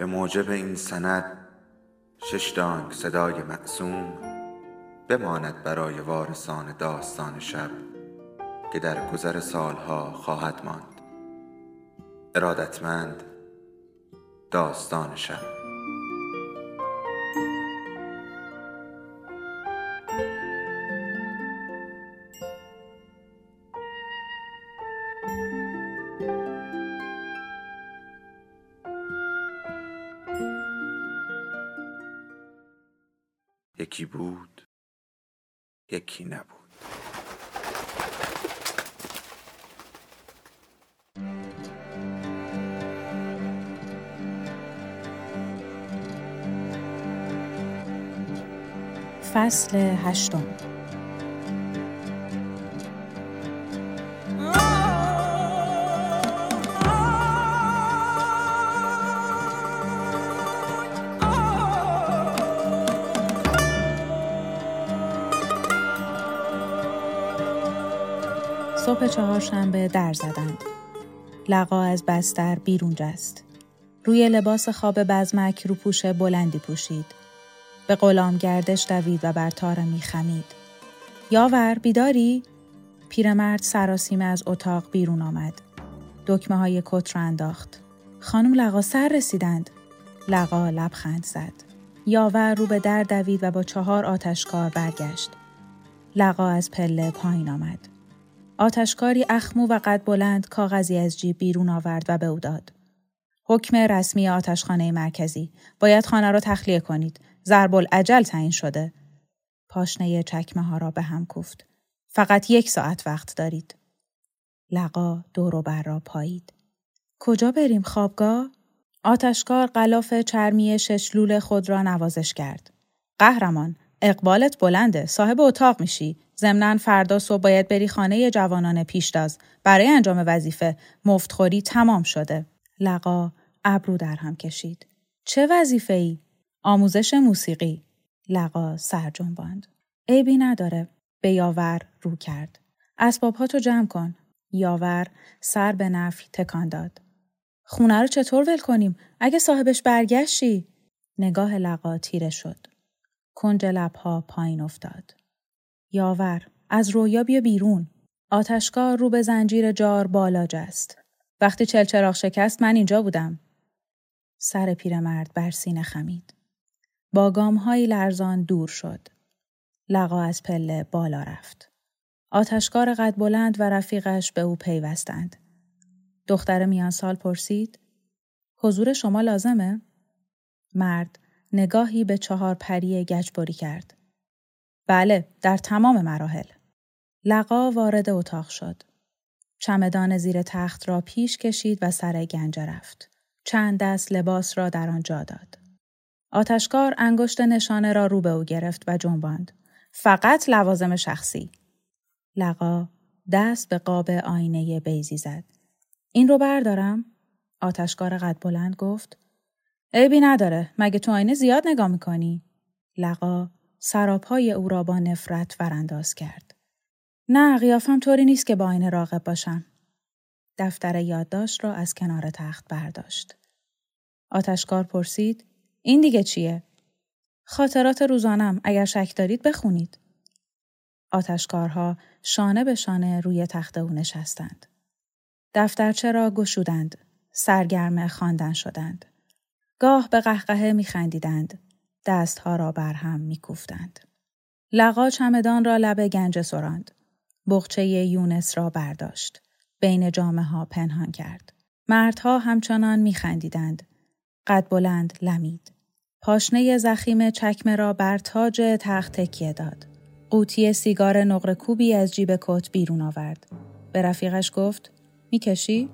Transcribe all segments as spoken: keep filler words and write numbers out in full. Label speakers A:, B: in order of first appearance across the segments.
A: به موجب این سند شش دانگ صدای معصوم بماند برای وارثان داستان شب که در گذر سالها خواهد ماند. ارادتمند، داستان شب. یکی بود، یکی نبود.
B: فصل هشتم. صبح چهارشنبه در زدند. لقا از بستر بیرون جست. روی لباس خواب بزمک روپوش بلندی پوشید. به غلام گردش دوید و بر طارمی خمید. یاور بیداری؟ پیرمرد سراسیمه از اتاق بیرون آمد. دکمه های کت را انداخت. خانم لقا سر رسیدند. لقا لبخند زد. یاور رو به در دوید و با چهار آتشکار برگشت. لقا از پله پایین آمد. آتشکاری اخمو و قد بلند کاغذی از جیب بیرون آورد و به او داد. حکم رسمی آتشخانه مرکزی. باید خانه را تخلیه کنید. ضرب الاجل تعیین شده. پاشنه چکمه ها را به هم کوفت. فقط یک ساعت وقت دارید. لقا دور و بر را پایید. کجا بریم؟ خوابگاه؟ آتشکار غلاف چرمی شش لول خود را نوازش کرد. قهرمان، اقبالت بلنده. صاحب اتاق میشی. ضمناً فردا صبح باید بری خانه جوانان پیشتاز. برای انجام وظیفه مفتخوری تمام شده. لقا ابرو در هم کشید. چه وظیفه‌ای؟ آموزش موسیقی. لقا سر جنباند. عیبی نداره. به یاور رو کرد. اسباب‌هاتو جمع کن. یاور سر به نفی تکان داد. خونه رو چطور ول کنیم؟ اگه صاحبش برگشتی؟ نگاه لقا تیره شد. کنج لب‌ها پایین افتاد. یاور، از رویا بیا بیرون. آتشکار رو به زنجیر جار بالا جست. وقتی چلچراغ شکست من اینجا بودم. سر پیرمرد بر سینه خمید. با گام‌های لرزان دور شد. لقا از پله بالا رفت. آتشکار قد بلند و رفیقش به او پیوستند. دختر میان سال پرسید: حضور شما لازمه؟ مرد نگاهی به چهار پری گچبری کرد. بله، در تمام مراحل. لقا وارد اتاق شد. چمدان زیر تخت را پیش کشید و سر گنجه رفت. چند دست لباس را در آن جا داد. آتشکار انگشت نشانه را رو به او گرفت و جنباند. فقط لوازم شخصی. لقا دست به قاب آینه بیضی زد. این رو بردارم؟ آتشکار قد بلند گفت. عیبی نداره. مگه تو آینه زیاد نگاه میکنی؟ لقا سراپای او را با نفرت ورانداز کرد. نه، قیافم طوری نیست که با آینه راغب باشم. دفتر یادداشت را از کنار تخت برداشت. آتشکار پرسید: این دیگه چیه؟ خاطرات روزانم. اگر شک دارید بخونید. آتشکارها شانه به شانه روی تخت او نشستند. دفترچه را گشودند. سرگرم خواندن شدند. گاه به قهقهه می‌خندیدند. دستها را بر هم می‌کوفتند. لقا چمدان را لب گنجه سراند. بقچه یونس را برداشت. بین جامه ها پنهان کرد. مردها همچنان می‌خندیدند. قد بلند لمید. پاشنه زخیم چکمه را بر تاج تخت تکیه داد. قوطی سیگار نقره کوبی از جیب کت بیرون آورد. به رفیقش گفت: میکشی؟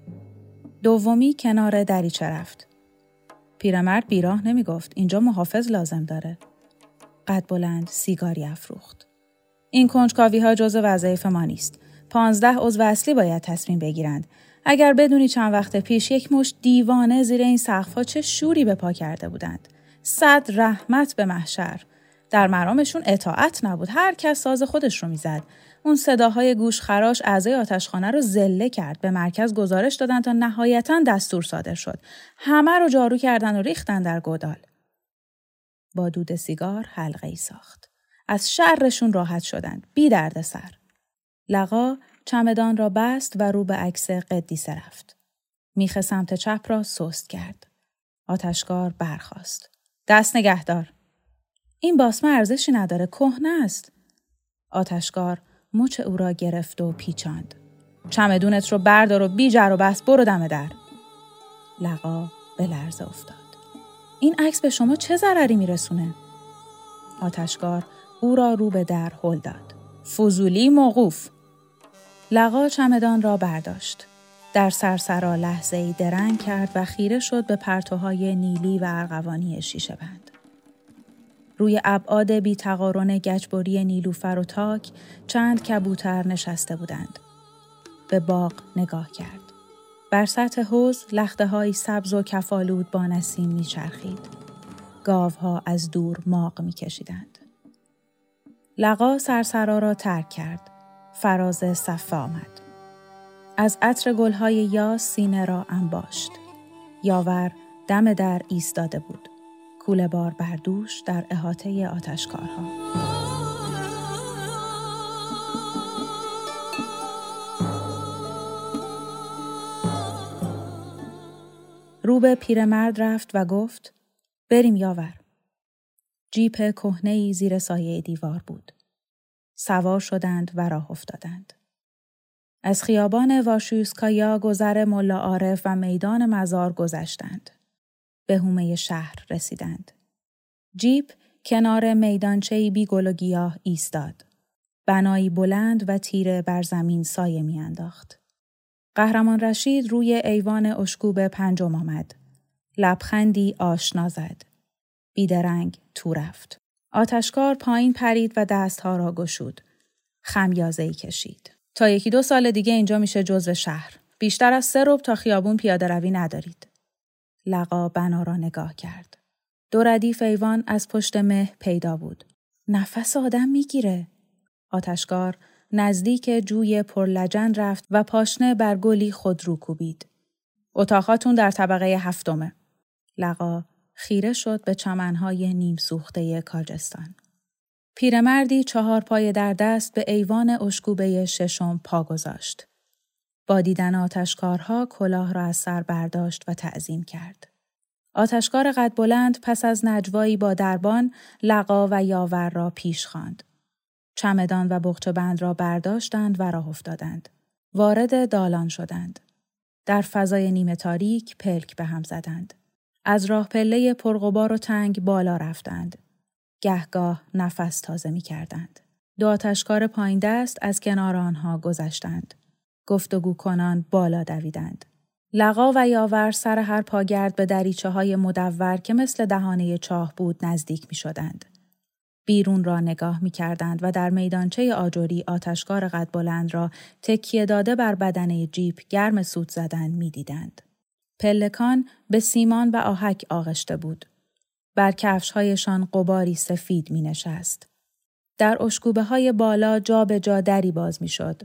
B: دومی کنار دریچه رفت. پیرمرد بیراه نمی گفت. اینجا محافظ لازم داره. قد بلند سیگاری افروخت. این کنجکاوی ها جزء وظایف ما نیست. پانزده عضو اصلی باید تصمیم بگیرند. اگر بدونی چند وقت پیش یک مشت دیوانه زیر این سقف‌ها چه شوری به پا کرده بودند. صد رحمت به محشر. در مرامشون اطاعت نبود. هر کس ساز خودش رو میزد. اون صداهای گوشخراش اعضای آتشخانه رو ذله کرد. به مرکز گزارش دادن تا نهایتاً دستور صادر شد. همه رو جارو کردن و ریختن در گودال. با دود سیگار حلقه ای ساخت. از شرشون راحت شدند. بی درد سر. لقا چمدان را بست و رو به عکس قدیسه رفت. میخ سمت چپ را سست کرد. آتشکار برخاست. دست نگهدار. این باسمه ارزشی نداره، کهنه است. آتشکار مچ او را گرفت و پیچاند. چمدونت رو بردار و بی جر و بحث برو دم در. لقا به لرزه افتاد. این عکس به شما چه ضرری میرسونه؟ آتشکار او را رو به در هل داد. فضولی موقوف. لقا چمدان را برداشت. در سرسرا لحظه‌ای درنگ کرد و خیره شد به پرتوهای نیلی و ارغوانی شیشه بند. روی ابعاد بی تقارن گچبری نیلوفر و تاک چند کبوتر نشسته بودند. به باغ نگاه کرد. بر سطح حوض لخته‌های سبز و کفالود با نسیم میچرخید. گاوها از دور ماغ میکشیدند. لقا سرسرا را ترک کرد. فراز صفه آمد. از عطر گلهای یاس سینه را انباشت. یاور دم در ایستاده بود. کوله بار بردوش در احاطه آتشکارها. رو به پیرمرد رفت و گفت بریم یاور. جیپ کهنه‌ای زیر سایه دیوار بود. سوار شدند و راه افتادند. از خیابان واشوسکایا گذر ملا عارف و میدان مزار گذشتند. به حومه شهر رسیدند. جیپ کنار میدانچه‌ای بی گل و گیاه ایستاد. بنایی بلند و تیره بر زمین سایه می‌انداخت. قهرمان رشید روی ایوان اشکوب پنجم آمد. لبخندی آشنا زد. بیدرنگ تو رفت. آتشکار پایین پرید و دستها را گشود. خمیازه‌ای کشید. تا یکی دو سال دیگه اینجا میشه جزو شهر. بیشتر از سه ربع تا خیابون پیاده روی ندارید. لقا بنا را نگاه کرد. دو ردیف ایوان از پشت مه پیدا بود. نفس آدم میگیره. آتشکار نزدیک جوی پرلجن رفت و پاشنه بر گلی خود رو کوبید. اتاقاتون در طبقه هفتمه. لقا خیره شد به چمنهای نیم سوخته کاجستان. پیرمردی چهار پای در دست به ایوان اشکوبه ششم پا گذاشت. با دیدن آتشکارها کلاه را از سر برداشت و تعظیم کرد. آتشکار قد بلند پس از نجوایی با دربان لقا و یاور را پیش خواند. چمدان و بغچه بند را برداشتند و راه افتادند. وارد دالان شدند. در فضای نیمه تاریک پلک به هم زدند. از راه پله پرغبار و تنگ بالا رفتند. گهگاه نفس تازه می کردند. دو آتشکار پایین دست از کنار آنها گذشتند. گفتگو کنان بالا دویدند. لقا و یاور سر هر پاگرد به دریچه های مدور که مثل دهانه چاه بود نزدیک می شدند. بیرون را نگاه می کردند و در میدانچه آجری آتشکار قد بلند را تکیه داده بر بدنه جیپ گرم سوت زدن می دیدند. پلکان به سیمان و آهک آغشته بود. بر کفش‌هایشان غباری سفید می نشست. در اشکوبه های بالا جا به جا دری باز می شد.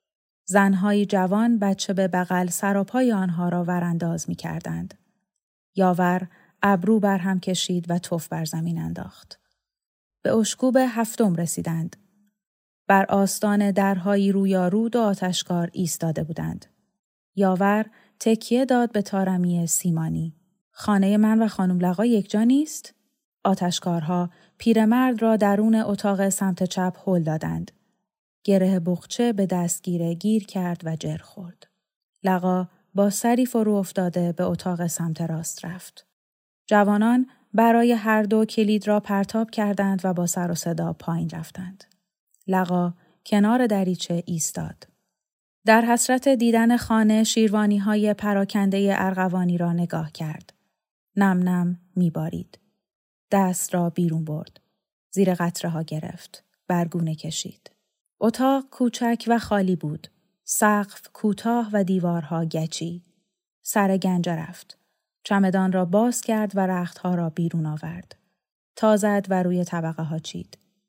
B: زنهای جوان بچه به بغل سراپای آنها را ورانداز می کردند. یاور ابرو بر هم کشید و تف بر زمین انداخت. به اشکوب هفتم رسیدند. بر آستان درهایی رویارو دو آتشکار ایستاده بودند. یاور تکیه داد به طارمی سیمانی. خانه من و خانم لقا یک جا نیست؟ آتشکارها پیرمرد را درون اتاق سمت چپ هل دادند. گره بغچه به دستگیره گیر کرد و جر خورد. لقا با سری فرو افتاده به اتاق سمت راست رفت. جوانان برای هر دو کلید را پرتاب کردند و با سر و صدا پایین رفتند. لقا کنار دریچه ایستاد. در حسرت دیدن خانه شیروانی‌های پراکنده ارغوانی را نگاه کرد. نم نم می‌بارید. دست را بیرون برد. زیر قطره ها گرفت. برگونه کشید. اتاق کوچک و خالی بود. سقف کوتاه و دیوارها گچی. سر گنجه رفت. چمدان را باز کرد و رختها را بیرون آورد. تا زد و روی طبقه ها چید.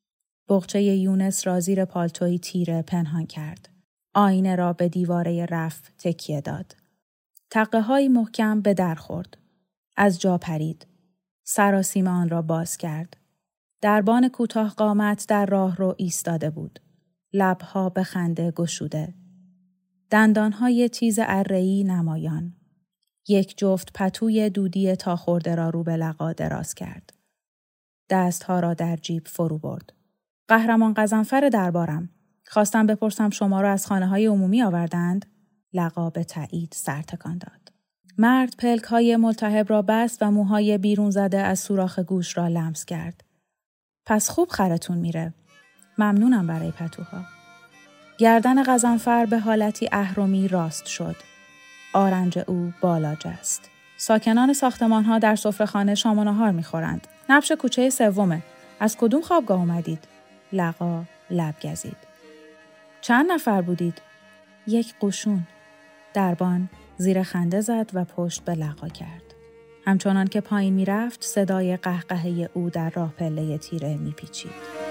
B: بقچه یونس را زیر پالتوی تیره پنهان کرد. آینه را به دیواره رف تکیه داد. تقه های محکم به در خورد. از جا پرید. سراسیم آن را باز کرد. دربان کوتاه قامت در راه رو ایستاده بود. لبها به خنده گشوده. دندانهای تیز اره‌ای نمایان. یک جفت پتوی دودی تا خورده را رو به لقا دراز کرد. دستها را در جیب فرو برد. قهرمان غضنفر دربارم. خواستم بپرسم شما را از خانه های عمومی آوردند؟ لقا به تایید سر تکان داد. مرد پلک های ملتهب را بست و موهای بیرون زده از سوراخ گوش را لمس کرد. پس خوب خرتون میره. ممنونم برای پتوها. گردن غضنفر به حالتی اهرمی راست شد. آرنج او بالا جست. ساکنان ساختمان‌ها در سفره‌خانه شام و نهار می‌خورند. نبش کوچه سومه. از کدوم خوابگاه اومدید؟ لقا لب گزید. چند نفر بودید؟ یک قشون. دربان زیر خنده زد و پشت به لقا کرد. همچنان که پایین می‌رفت صدای قهقهه او در راه پله تیره می‌پیچید.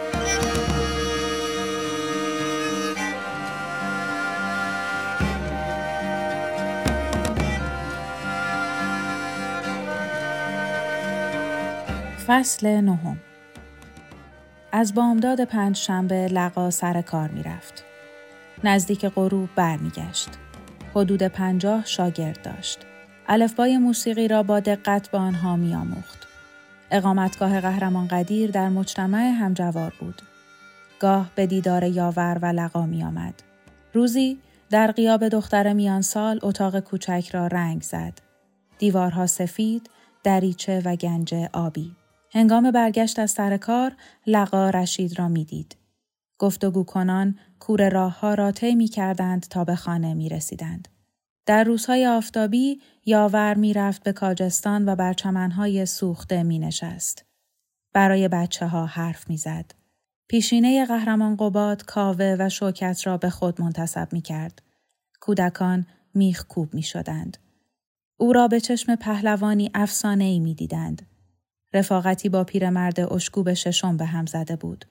B: فصل نهم. از بامداد پنج شنبه لقا سر کار می رفت. نزدیک غروب بر می گشت. حدود پنجاه شاگرد داشت. الفبای موسیقی را با دقت به آنها می آموخت. اقامتگاه قهرمان قدیر در مجتمع همجوار بود. گاه به دیدار یاور و لقا می آمد. روزی در غیاب دختر میان سال اتاق کوچک را رنگ زد. دیوارها سفید، دریچه و گنج آبی. هنگام برگشت از سر کار، لقا رشید را می دید. گفتگو کنان کوره راه ها را طی می کردند تا به خانه می رسیدند. در روزهای آفتابی یاور می رفت به کاجستان و بر چمنهای سوخته می نشست. برای بچه ها حرف می زد. پیشینه قهرمان قباد کاوه و شوکت را به خود منتسب می کرد. کودکان میخ کوب می شدند. او را به چشم پهلوانی افسانه‌ای می دیدند. رفاقتی با پیرمرد اشکوب ششم به هم زده بود.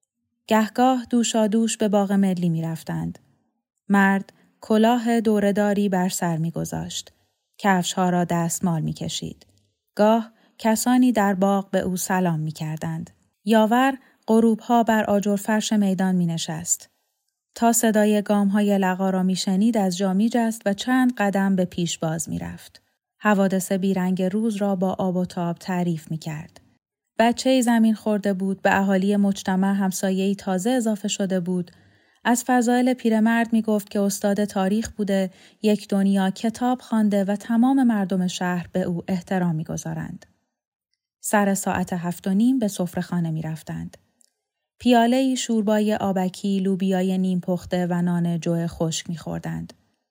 B: گهگاه دوشا دوش به باغ ملی می رفتند. مرد کلاه دوره‌داری بر سر می گذاشت. کفش‌ها را دستمال می کشید. گاه کسانی در باغ به او سلام می کردند. یاور غروب‌ها بر آجر فرش میدان می نشست. تا صدای گام‌های لقا را می شنید از جا می جست و چند قدم به پیش باز می رفت. حوادث بیرنگ روز را با آب و تاب تعریف می کرد. بچه‌ای زمین خورده بود، به اهالی مجتمع همسایه‌ای تازه اضافه شده بود. از فضایل پیرمرد می گفت که استاد تاریخ بوده، یک دنیا کتاب خوانده و تمام مردم شهر به او احترام می گذارند. سر ساعت هفت و نیم به سفره‌خانه می رفتند. پیاله‌ای شوربای آبکی، لوبیای نیم پخته و نان جو خشک می خوردند.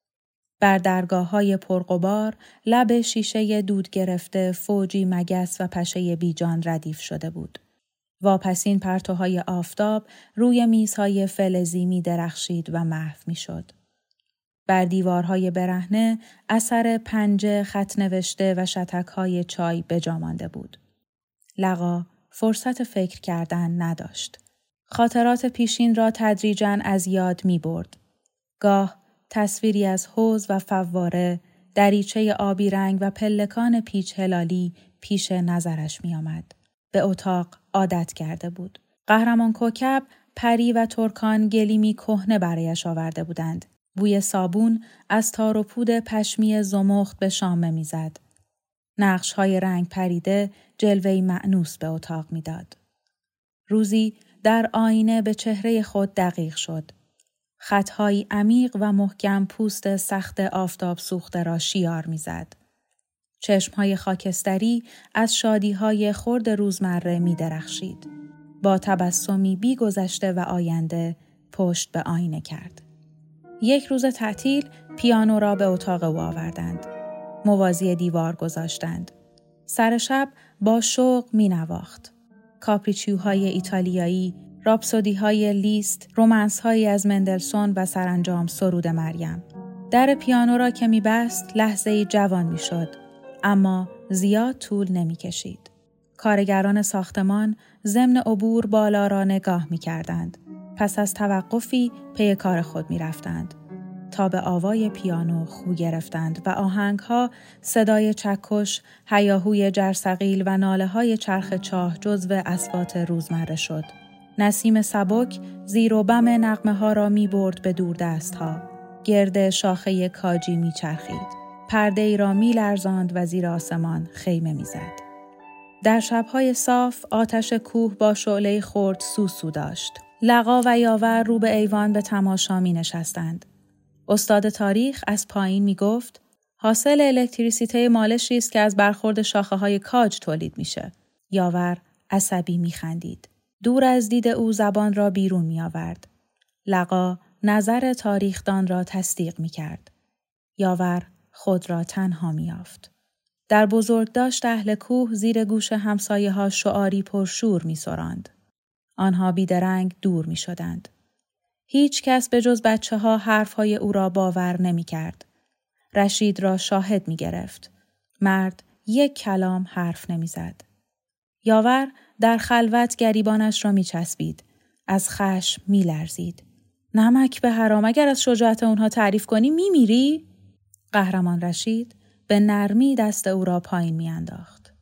B: بر درگاه‌های پرغبار لب شیشه دود گرفته فوجی مگس و پشه بیجان ردیف شده بود. واپسین پرتوهای آفتاب روی میزهای فلزی می درخشید و محو می شد. بر دیوارهای برهنه اثر پنجه، خط نوشته و شتک‌های چای بجا مانده بود. لقا فرصت فکر کردن نداشت. خاطرات پیشین را تدریجاً از یاد می برد. گاه تصویری از حوض و فواره، دریچه آبی رنگ و پلکان پیچ هلالی پیش نظرش می آمد. به اتاق عادت کرده بود. قهرمان کوکب، پری و ترکان گلیمی کهنه برایش آورده بودند. بوی صابون از تار و پود پشمی زمخت به شامه می زد. نقش‌های رنگ پریده جلوه‌ای مأنوس به اتاق می داد. روزی در آینه به چهره خود دقیق شد. خطهای عمیق و محکم پوست سخت آفتاب سوخته را شیار می زد. چشمهای خاکستری از شادیهای خرد روزمره می درخشید. با تبسمی بی گذشته و آینده پشت به آینه کرد. یک روز تعطیل پیانو را به اتاق او آوردند. موازی دیوار گذاشتند. سر شب با شوق می نواخت. کاپریچیوهای ایتالیایی، راپسودی‌های لیست، رومانس‌هایی از مندلسون و سرانجام سرود مریم. در پیانو را که می‌بست لحظه‌ای جوان می‌شد، اما زیاد طول نمی‌کشید. کارگران ساختمان ضمن عبور بالا را نگاه می کردند. پس از توقفی پی کار خود می رفتند. تا به آوای پیانو خو گرفتند و آهنگها صدای چکش، هیاهوی جرثقیل و ناله های چرخ چاه جزو اصوات روزمره شد. نسیم سبک زیر و بم نغمه ها را می برد به دور دست ها. گرد شاخه کاجی می چرخید. پرده ای را می لرزاند و زیر آسمان خیمه می زد. در شبهای صاف آتش کوه با شعله خرد سوسو داشت. لقا و یاور رو به ایوان به تماشا می نشستند. استاد تاریخ از پایین می گفت حاصل الکتریسیته مالشی است که از برخورد شاخه های کاج تولید میشه. یاور عصبی می خندید. دور از دید او زبان را بیرون می آورد. لقا نظر تاریخدان را تصدیق می کرد. یاور خود را تنها می یافت. در بزرگداشت اهل کوه زیر گوش همسایه ها شعاری پرشور می سراند. آنها بیدرنگ دور می شدند. هیچ کس به جز بچه ها حرف های او را باور نمی کرد. رشید را شاهد می گرفت. مرد یک کلام حرف نمی زد. یاور در خلوت گریبانش را می چسبید. از خشم می لرزید. نمک به حرام، اگر از شجاعت اونها تعریف کنی می میری؟ قهرمان رشید به نرمی دست او را پایین می انداخت.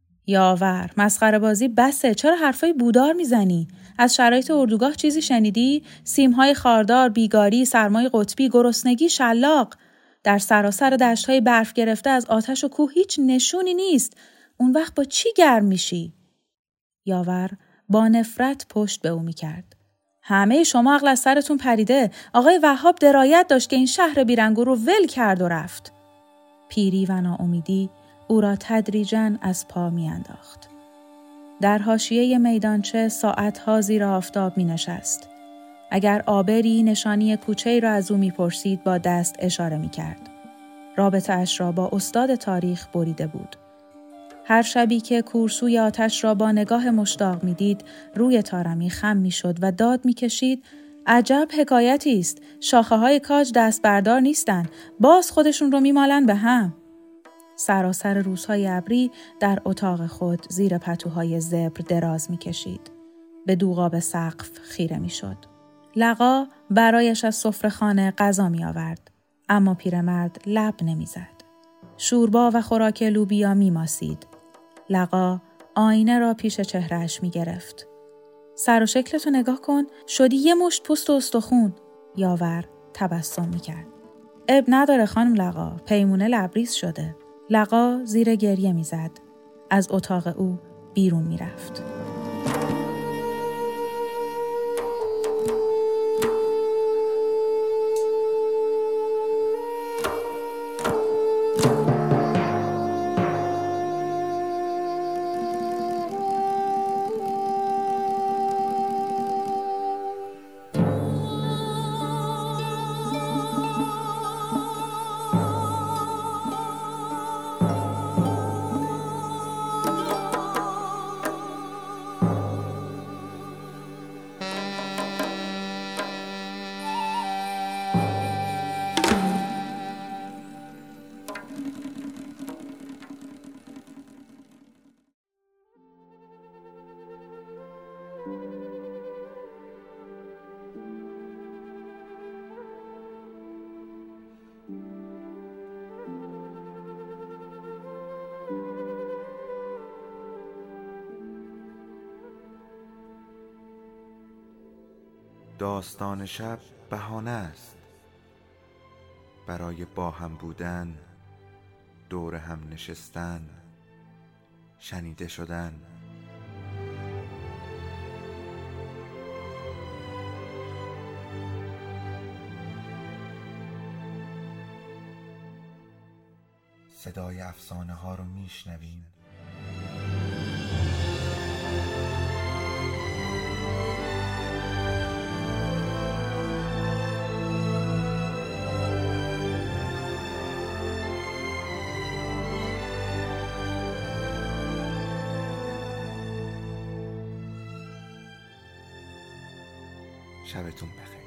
B: یاور، مسخره بازی بسه، چرا حرفای بودار می زنی؟ از شرایط اردوگاه چیزی شنیدی؟ سیمهای خاردار، بیگاری، سرمای قطبی، گرسنگی، شلاق. در سراسر دشت‌های برف گرفته از آتش و کوه هیچ نشونی نیست. اون وقت با چی گرم میشی؟ یاور با نفرت پشت به او میکرد. همه شما عقل از سرتون پریده. آقای وهاب درایت داشت که این شهر بیرنگو رو ول کرد و رفت. پیری و ناامیدی او را تدریجاً از پا میانداخت. در حاشیه میدانچه ساعتها زیر آفتاب می نشست. اگر آبری نشانی کوچه‌ای را از او می پرسید با دست اشاره می کرد. رابطه اش را با استاد تاریخ بریده بود. هر شبی که کورسوی آتش را با نگاه مشتاق می دید، روی طارمی خم می شد و داد می کشید عجب حکایتی است. شاخه های کاج دست بردار نیستن. باز خودشون رو می مالن به هم. سراسر روزهای ابری در اتاق خود زیر پتوهای زبر دراز می کشید. به دوغاب سقف خیره می شد. لقا برایش از سفره‌خانه غذا می آورد. اما پیرمرد لب نمی زد. شوربا و خوراک لوبیا می ماسید. لقا آینه را پیش چهرهش می گرفت. سر و شکلتو نگاه کن، شدی یه مشت پوست و استخون. یاور تبسم می کرد. اب نداره خانم لقا، پیمونه لبریز شده. لقا زیر گریه می زد. از اتاق او بیرون می رفت.
A: داستان شب بهانه است برای با هم بودن، دور هم نشستن، شنیده شدن. صدای افسانه ها رو میشنویم. شبتون بخیر.